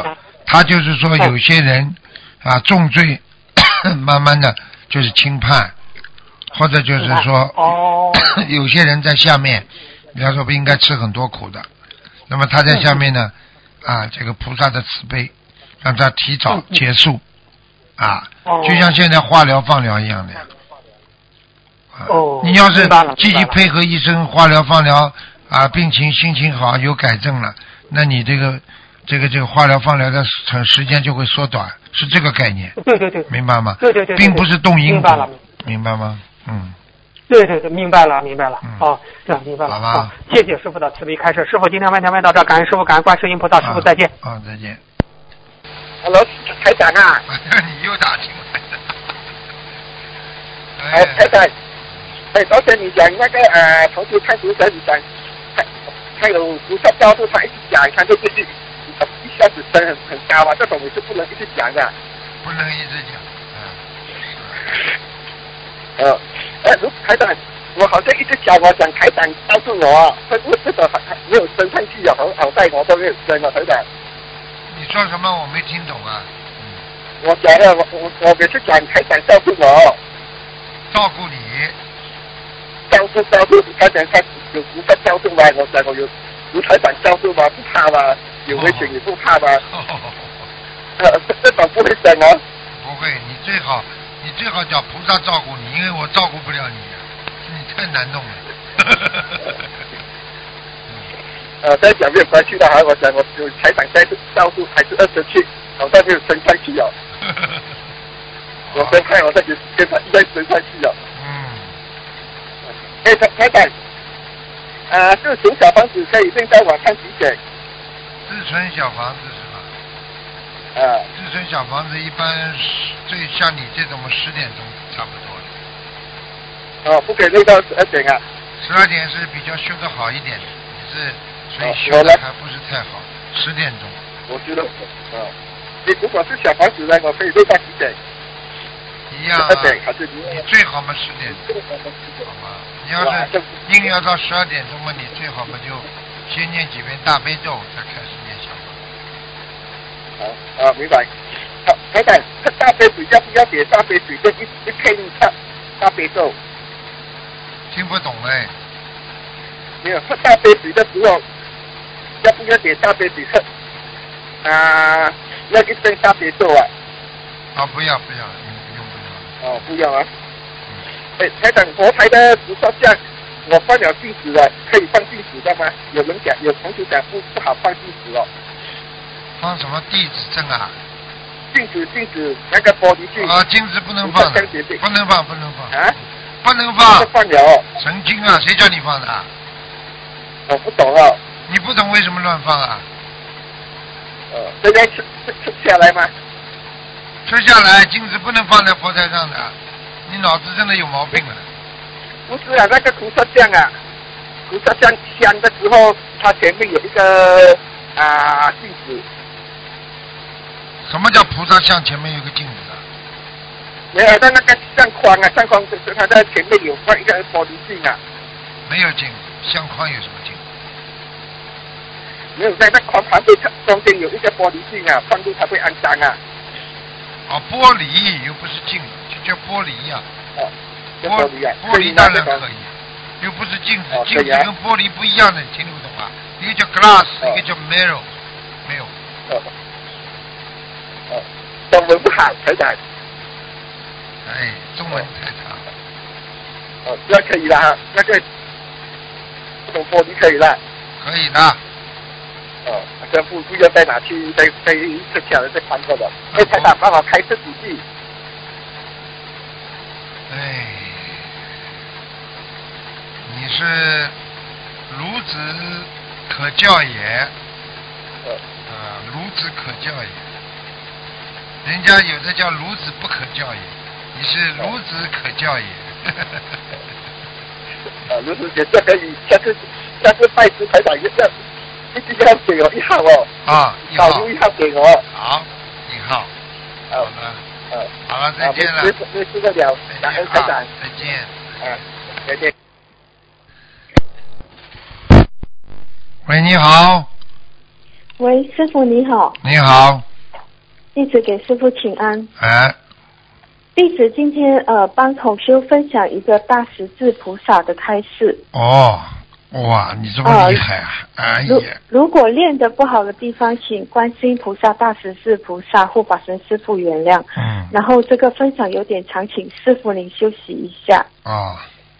他就是说有些人啊重罪，慢慢的就是轻判，或者就是说哦， 有些人在下面，比方说不应该吃很多苦的，那么他在下面呢，啊，这个菩萨的慈悲，让他提早结束，啊，就像现在化疗放疗一样的呀。 哦， 你要是积极配合医生化疗放疗啊，病情心情好有改正了，那你这个这个这个化疗放疗的时时间就会缩短，是这个概念。 对对对， 明白吗？ 对对对， 并不是动因明白了， 明白吗？嗯。 对对对，明白了明白了。 嗯、 哦，这样明白了。 好吧、 啊。谢谢师傅的慈悲开示。师傅今天问题问到这儿，感恩师傅，感恩观世音菩萨，师傅再见。 啊，啊再见。 Hello， 台长啊。 你又打进来了。 哎，台长。哎，昨天你讲那个呃，同学看读者，你讲他他有菩萨教授，他一直讲，他就必须一下子升很很高啊，这种我是不能一直讲的。 不能一直讲。 嗯。呃，哎，卢台长，我好像一直讲，我讲台长告诉我，这这这个还还没有升上去啊，好好在我都没有升啊，台长。 你说什么？我没听懂啊。 我讲了，我我我每次讲台长告诉我。 照顾你。 照顾照顾，他讲他有菩萨照顾吗？我讲我有卢台长照顾吗？不怕吗？有危险也不怕吗？ 哦呃，这种不会讲啊。 不会，你最好你最好叫菩萨照顾你，因为我照顾不了你，你太难弄了。 呃，再讲没有关系的哈，我讲我有台长在照顾，还是二十七，好像没有升上去哦。我再看我再跟跟他一样升上去哦。 嗯。 哎，台台长，啊，自存小房子可以练到晚上几点？ 自存小房子是吧？啊。 自存小房子一般最像你这种十点钟差不多了。哦，不可以练到十二点啊。 十二点是比较修得好一点，你是所以修的还不是太好。十点钟。 我觉得，啊，你如果是小房子呢，我可以练到几点？ 一样啊，你最好嘛十点，好吗？你要是硬要到十二点钟嘛，你最好嘛就先念几遍大悲咒，再开始念小房。 啊啊，明白。好，台长，这大悲水要不要点大悲水？就一一片大大悲咒。 听不懂哎。 没有，喝大悲水的时候，要不要点大悲水？喝啊，要一片大悲咒啊。 啊，不要不要。 哦，不要啊！哎，台长，佛台的菩萨像，我放了镜子了，可以放镜子的吗？有人讲，有同学讲不不好放镜子哦。 放什么地址证啊？ 镜子，镜子，那个玻璃镜。 啊，镜子不能放的，不能放，不能放。 啊？ 不能放。 放了。 神经啊！谁叫你放的？ 我不懂哦。 你不懂为什么乱放啊？ 呃，这样吃吃吃下来吗？ 吃下来，镜子不能放在佛台上的，你脑子真的有毛病了。 不是啊，那个菩萨像啊，菩萨像香的时候，它前面有一个啊镜子。 什么叫菩萨像前面有个镜子啊？ 没有，在那个相框啊，相框就是它在前面有放一个玻璃镜啊。 没有镜子，相框有什么镜子？ 没有，在那框旁边中间有一个玻璃镜啊，放入它会肮脏啊。 哦，玻璃又不是镜子，就叫玻璃呀、 啊。哦，玻璃啊。 玻璃当然可以，又不是镜子， 哦、 镜子跟玻璃不一样的，你听不懂啊？一个叫 glass，、哦、一个叫 mirror， 没有。 哦。哦，中文不好，台长。 哎，中文太差了。 哦，那可以了，那个这种玻璃可以了。 可以的。 哦，这不不要再拿去再再吃起来再翻过了。哎，台长帮我开示几句。 哎，你是孺子可教也。 呃。 啊，孺子可教也。人家有的叫孺子不可教也，你是孺子可教也。 啊，孺子可教可以，下次下次拜师台长要。一定要给我一号哦！ 啊，一号， 导入一号给我。 好，一号。好了， 呃， 好了，再见了。 没没事得了，感恩台长。 再见。 啊，再见。 喂，你好。 喂，师傅你好。 你好。 弟子给师父请安。 哎， 弟子今天呃帮同修分享一个大十字菩萨的开示。 哦，哇，你这么厉害啊！呃、哎如呀， 如果练得不好的地方，请观世音菩萨、大十字菩萨、护法神师父原谅。 嗯。 然后这个分享有点长，请师父您休息一下。 哦。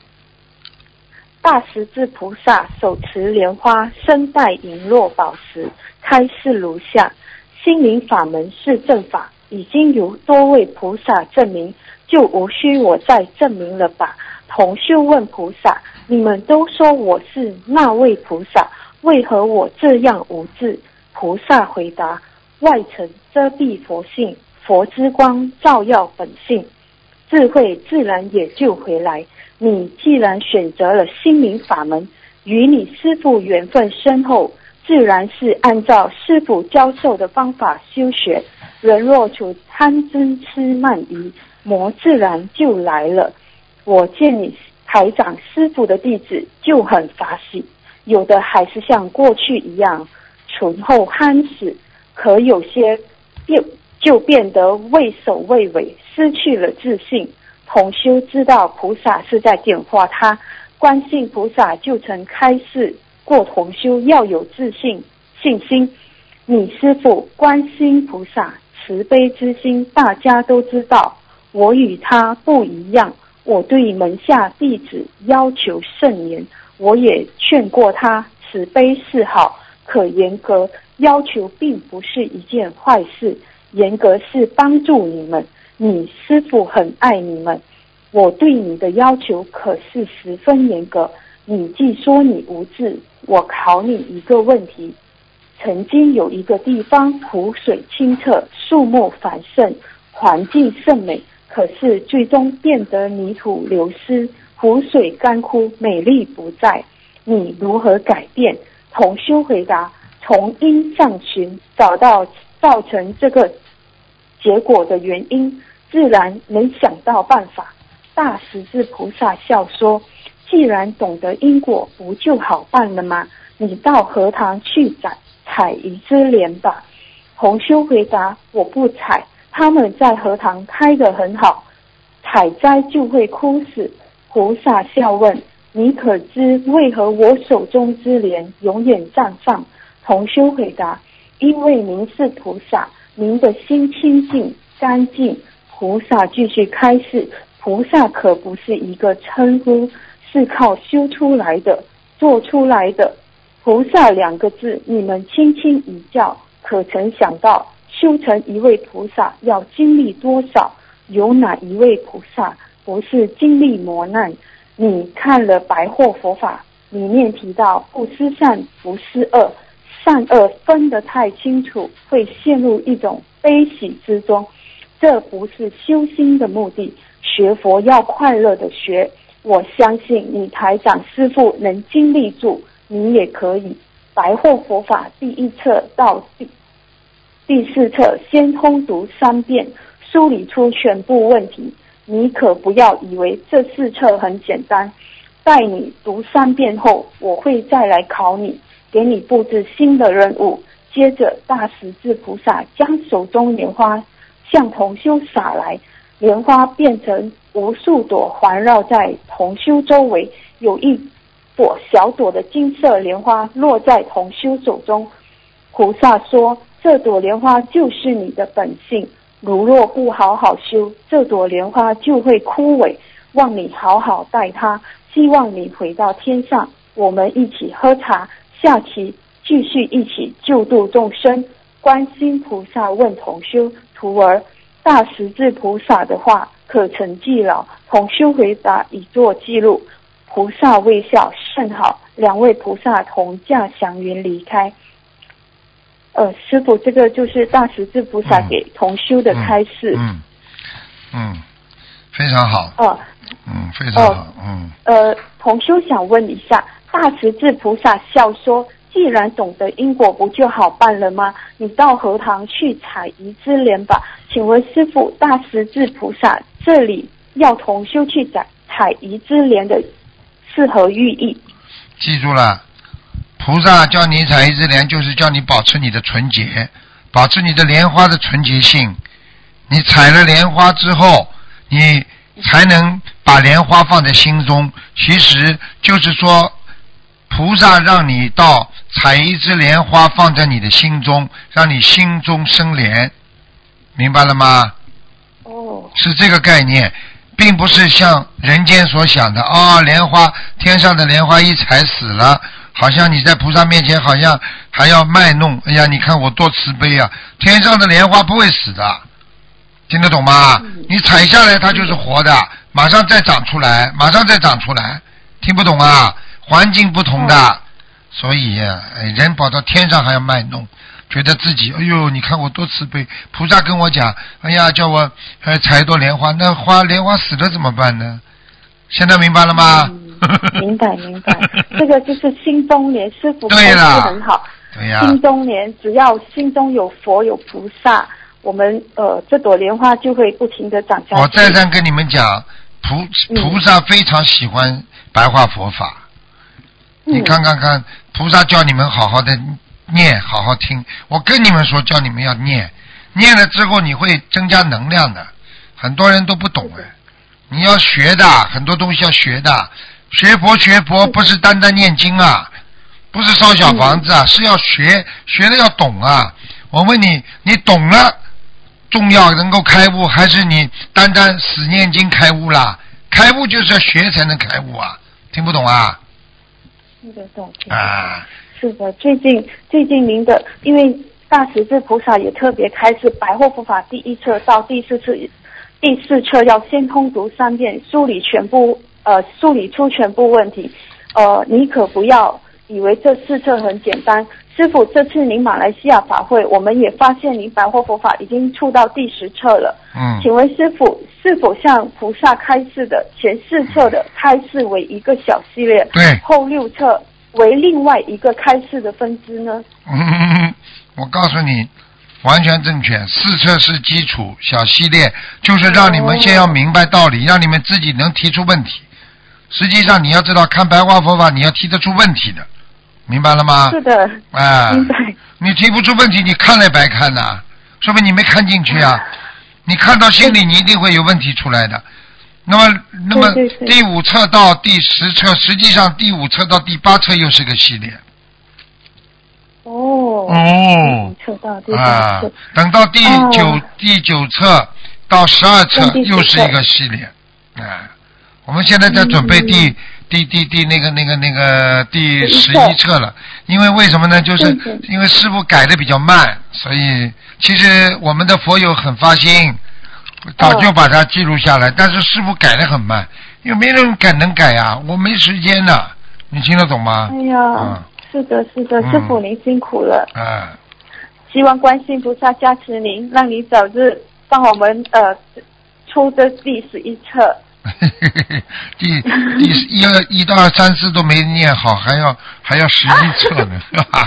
大十字菩萨手持莲花，身戴璎珞宝石，开示如下：心灵法门是正法，已经由多位菩萨证明，就无需我再证明了吧？同修问菩萨：你们都说我是那位菩萨，为何我这样无智？菩萨回答：外层遮蔽佛性，佛之光照耀本性，智慧自然也就回来。你既然选择了心灵法门，与你师父缘分深厚，自然是按照师父教授的方法修学。人若处贪嗔痴慢疑，魔自然就来了。我见你台长师父的弟子就很法喜，有的还是像过去一样醇厚憨实，可有些变就变得畏首畏尾，失去了自信。同修知道菩萨是在点化他，观世音菩萨就曾开示过同修要有自信信心。你师父观世音菩萨慈悲之心大家都知道，我与他不一样，我对门下弟子要求甚严，我也劝过他慈悲是好，可严格要求并不是一件坏事，严格是帮助你们，你师父很爱你们，我对你的要求可是十分严格。你既说你无智，我考你一个问题：曾经有一个地方湖水清澈，树木繁盛，环境甚美，可是最终变得泥土流失，湖水干枯，美丽不在，你如何改变？同修回答：从因上寻，找到造成这个结果的原因，自然能想到办法。大十字菩萨笑说：既然懂得因果，不就好办了吗？你到荷塘去采采一枝莲吧。同修回答：我不采，他们在荷塘开得很好，采摘就会枯死。菩萨笑问：你可知为何我手中之莲永远绽放？同修回答：因为您是菩萨，您的心清净干净。菩萨继续开示：菩萨可不是一个称呼，是靠修出来的，做出来的。菩萨两个字，你们轻轻一叫，可曾想到修成一位菩萨要经历多少？有哪一位菩萨不是经历磨难？你看了白话佛法里面提到不思善不思恶，善恶分得太清楚，会陷入一种悲喜之中，这不是修心的目的。学佛要快乐的学，我相信你台长师父能经历住，你也可以。白话佛法第一册到第第四册先通读三遍，梳理出全部问题。你可不要以为这四册很简单，待你读三遍后，我会再来考你，给你布置新的任务。接着大十字菩萨将手中莲花向同修洒来，莲花变成无数朵环绕在同修周围，有一朵小朵的金色莲花落在同修手中。菩萨说：这朵莲花就是你的本性，如若不好好修，这朵莲花就会枯萎，望你好好待它，希望你回到天上，我们一起喝茶，下期继续一起救度众生。观世音菩萨问同修：徒儿，大十字菩萨的话可曾记牢？同修回答：已做记录。菩萨微笑：甚好。两位菩萨同驾祥云离开。呃，师父，这个就是大十字菩萨给同修的开示。 嗯 嗯, 嗯，非常好。 呃， 嗯，非常好。嗯。 呃，同修想问一下，大十字菩萨笑说：既然懂得因果，不就好办了吗？你到荷塘去采一枝莲吧。请问师父，大十字菩萨这里要同修去采采一枝莲的是何寓意？ 记住了，菩萨叫你采一枝莲，就是叫你保持你的纯洁， 保持你的莲花的纯洁性。你采了莲花之后，你才能把莲花放在心中。其实就是说，菩萨让你到采一枝莲花放在你的心中，让你心中生莲，明白了吗？ 哦， 是这个概念，并不是像人间所想的啊、哦，莲花天上的莲花一采死了，好像你在菩萨面前好像还要卖弄，哎呀，你看我多慈悲啊！天上的莲花不会死的，听得懂吗？ 嗯、 你采下来它就是活的，马上再长出来，马上再长出来，听不懂啊？环境不同的，嗯、所以人跑到天上还要卖弄。觉得自己哎呦，你看我多慈悲！菩萨跟我讲，哎呀，叫我呃采一朵莲花，那花莲花死了怎么办呢？现在明白了吗？ 嗯、明白明白，这个就是心中莲，师父对了， 很好。 对呀、 啊，心中莲，只要心中有佛有菩萨，我们呃这朵莲花就会不停的长下去。 我再三跟你们讲，菩菩萨非常喜欢白话佛法。嗯、你看看看，菩萨叫你们好好的念，好好听。我跟你们说，叫你们要念，念了之后你会增加能量的。很多人都不懂哎，你要学的，很多东西要学的。学佛学佛不是单单念经啊，不是烧小房子啊，是要学，学的要懂啊。我问你，你懂了，重要能够开悟，还是你单单死念经开悟啦？开悟就是要学才能开悟啊，听不懂啊？ 听得懂。 啊。 是的，最近最近您的，因为大十字菩萨也特别开示白话佛法第一册到第四册，第四册要先通读三遍，梳理全部呃梳理出全部问题。呃，你可不要以为这四册很简单。师父，这次您马来西亚法会，我们也发现您白话佛法已经出到第十册了。 嗯， 请问师父，是否像菩萨开示的前四册的开示为一个小系列， 对， 后六册为另外一个开示的分支呢？ 嗯，我告诉你，完全正确。四册是基础，小系列就是让你们先要明白道理，哦、让你们自己能提出问题。实际上你要知道，看白话佛法你要提得出问题的，明白了吗？ 是的， 哎， 明白。 你提不出问题，你看了白看呐，说明你没看进去啊。你看到心里，你一定会有问题出来的。那么，那么对对对第五册到第十册，实际上第五册到第八册又是个系列。 哦。 哦。 第五册到第八册。 啊，等到第九、啊、第九册到十二册又是一个系列。啊，我们现在在准备第、嗯、第第第那个那个那个第十一册了。因为为什么呢？就是因为师父改的比较慢，所以其实我们的佛友很发心。早就把它记录下来，哦、但是师父改得很慢，因为没人改能改呀，我没时间的，你听得懂吗？ 哎呀，嗯、是的，是的，师父您辛苦了。 嗯。 希望观世音菩萨加持您，让你早日帮我们呃出这第十一册。 第第一二一到二三四都没念好，还要还要十一册呢。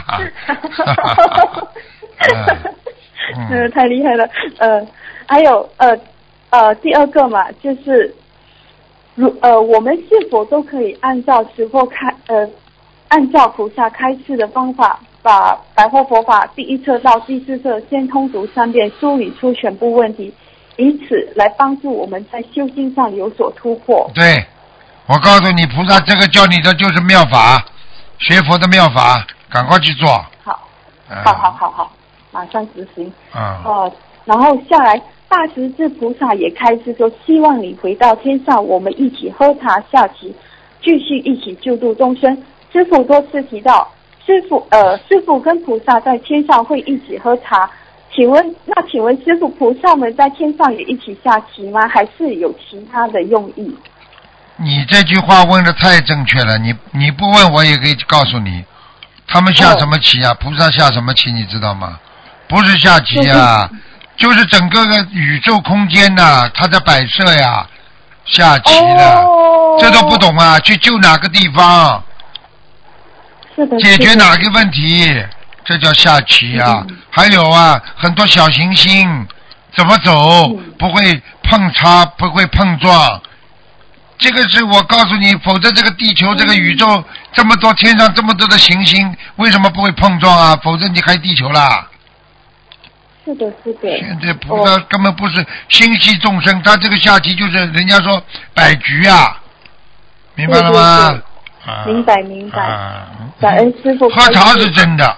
嗯，嗯太厉害了，呃。还有呃呃第二个嘛，就是如呃我们是否都可以按照师父开呃按照菩萨开示的方法，把白话佛法第一册到第四册先通读三遍，梳理出全部问题，以此来帮助我们在修行上有所突破。 对，我告诉你，菩萨这个教你的就是妙法，学佛的妙法，赶快去做。 好，好好好好，马上执行。 嗯。 哦、呃，然后下来。大十字菩萨也开示说，希望你回到天上，我们一起喝茶下棋，继续一起救度众生。师父多次提到，师父呃，师父跟菩萨在天上会一起喝茶。请问，那请问师父，菩萨们在天上也一起下棋吗？还是有其他的用意？ 你这句话问的太正确了，你你不问我也可以告诉你，他们下什么棋啊？哦、菩萨下什么棋你知道吗？不是下棋啊。就是整个个宇宙空间呐、啊，它在摆设呀，下棋了，哦、这都不懂啊？去救哪个地方？ 是的。 解决哪个问题？这叫下棋啊！嗯、还有啊，很多小行星怎么走、嗯、不会碰擦，不会碰撞。这个是我告诉你，否则这个地球、这个宇宙、嗯、这么多天上这么多的行星，为什么不会碰撞啊？否则你还地球啦。 是的，是的。 现在菩萨根本不是心系众生，他这个下棋就是人家说百局啊，明白了吗？ 对对对啊、 明白明白。 啊、 感恩师父。 喝茶是真的。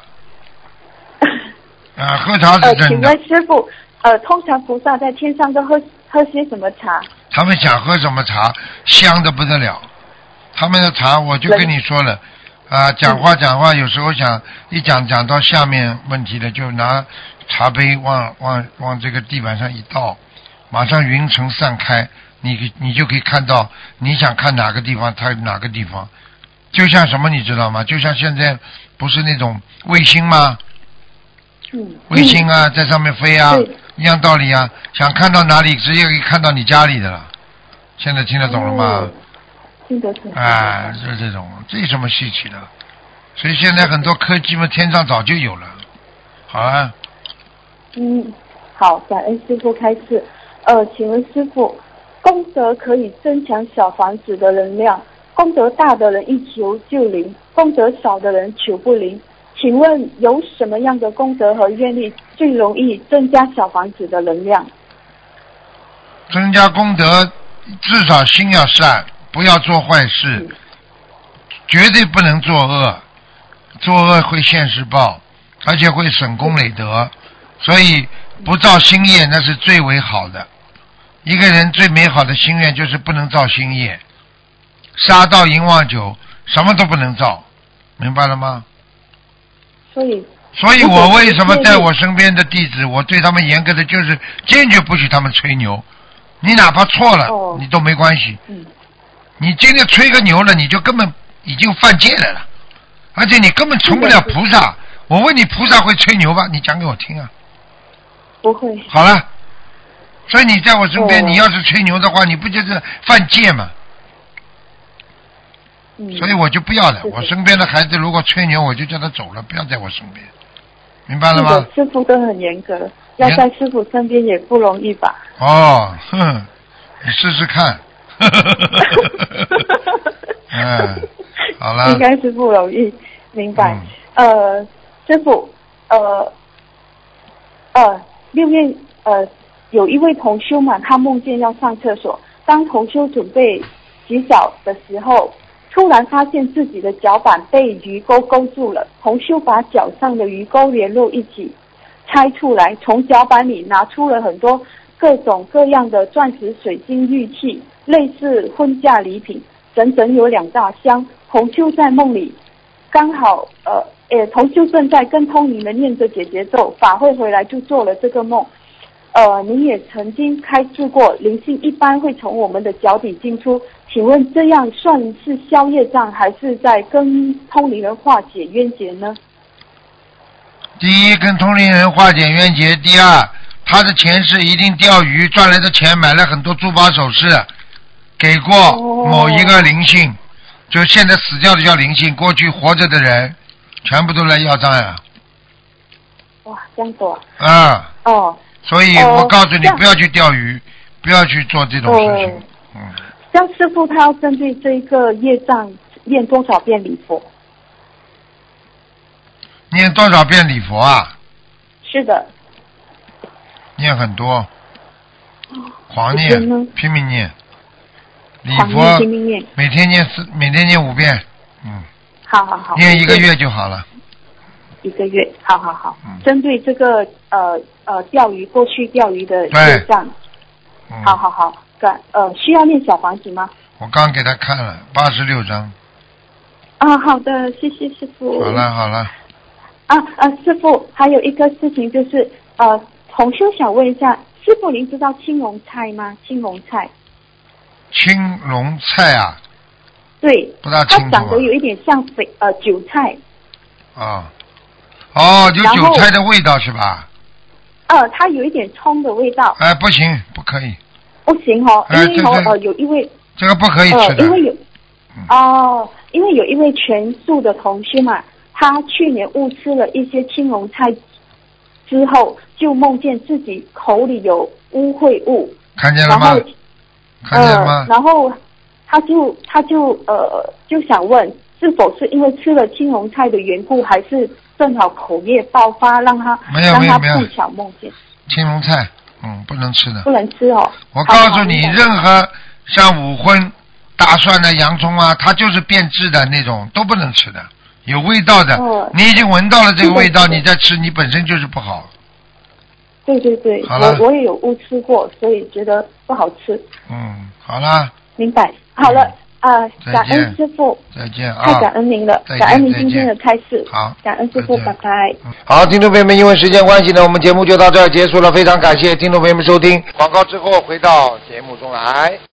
啊，喝茶是真的。 呃，请问师父，呃，通常菩萨在天上都喝喝些什么茶？ 他们想喝什么茶，香的不得了。他们的茶，我就跟你说了，啊，讲话讲话，有时候想一讲讲到下面问题了，就拿茶杯往往往这个地板上一倒，马上云层散开，你你就可以看到你想看哪个地方，它哪个地方，就像什么你知道吗？就像现在不是那种卫星吗？ 嗯， 卫星啊，在上面飞啊，一样道理啊。想看到哪里，直接可以看到你家里的了。现在听得懂了吗？ 哦、听得懂。 啊，就这种，这有什么稀奇的？所以现在很多科技嘛，天上早就有了。好啊。 嗯，好，感恩师父开示。呃，请问师父，功德可以增强小房子的能量，功德大的人一求就灵，功德少的人求不灵。请问有什么样的功德和愿力最容易增加小房子的能量？ 增加功德，至少心要善，不要做坏事，嗯、绝对不能作恶，作恶会现世报，而且会损功累德，所以不造新业那是最为好的。一个人最美好的心愿就是不能造新业，杀盗淫妄酒什么都不能造，明白了吗？ 所以， 所以我为什么在我身边的弟子，我对他们严格的就是坚决不许他们吹牛。你哪怕错了，哦、你都没关系。嗯、你今天吹个牛了，你就根本已经犯戒了了，而且你根本成不了菩萨。我问你，菩萨会吹牛吧？你讲给我听啊。 不会。 好了，所以你在我身边，哦、你要是吹牛的话，你不就是犯戒吗？所以我就不要了。我身边的孩子如果吹牛，我就叫他走了，不要在我身边，明白了吗？ 师父都很严格，要在师父身边也不容易吧？ 哦，哼，你试试看。嗯，好了。 应该是不容易，明白。嗯、呃，师父，呃，呃，六月呃，有一位同修嘛，他梦见要上厕所，当同修准备洗脚的时候。突然发现自己的脚板被鱼钩勾住了，同修把脚上的鱼钩连络一起拆出来，从脚板里拿出了很多各种各样的钻石、水晶、玉器，类似婚嫁礼品，整整有两大箱。同修在梦里刚好呃，诶，同修正在跟通灵人念着解结咒，法会回来就做了这个梦。呃，您也曾经开示过，灵性一般会从我们的脚底进出。请问这样算是消业障，还是在跟通灵人化解冤结呢？ 第一，跟通灵人化解冤结；第二，他的前世一定钓鱼赚来的钱，买了很多珠宝首饰，给过某一个灵性，哦、就现在死掉的叫灵性，过去活着的人，全部都来要账呀。 哇，这样多啊！ 啊。 哦。 所以我告诉你，不要去钓鱼，不要去做这种事情。哦、嗯。 像师父他要针对这个业障念多少遍礼佛？ 念多少遍礼佛啊？ 是的。 念很多。狂念，拼命念。礼佛拼命念， 每天念四，每天念五遍。嗯。 好好好。 念一个月就好了。 一个月，好好好。嗯、针对这个呃呃钓鱼过去钓鱼的业障。嗯、好好好。呃，需要念小房子吗？ 我刚给他看了八十六章。 啊，好的，谢谢师父。 好了好了。 啊啊，师父，还有一个事情就是呃，同修想问一下，师父您知道青龙菜吗？青龙菜。 青龙菜啊？ 对。 不大清楚、啊。 它长得有一点像肥呃韭菜。 啊。哦，有韭菜的味道是吧？ 呃，它有一点葱的味道。 哎，不行，不可以。 不行哦，因为哦呃有一位这个不可以吃的， 呃、因为有、嗯、哦，因为有一位全素的同修嘛，他去年误吃了一些青龙菜之后，就梦见自己口里有污秽物， 看见了吗？看见了吗？ 呃、然后他就他就呃就想问，是否是因为吃了青龙菜的缘故，还是正好口业爆发，让他没有让他没有没有碰巧梦见青龙菜，嗯，不能吃的。 不能吃哦。 我告诉你，任何像五荤、大蒜的、洋葱啊，它就是变质的那种，都不能吃的，有味道的。 哦、 你已经闻到了这个味道， 你再吃，你本身就是不好。 对对对，我我也有误吃过，所以觉得不好吃。 嗯，好了。 明白，好了啊、 嗯呃，感恩师父， 再见啊， 太感恩您了，感恩您今天的开示， 好， 感恩师父，拜拜。 好，听众朋友们，因为时间关系呢，我们节目就到这儿结束了，非常感谢听众朋友们收听，广告之后回到节目中来。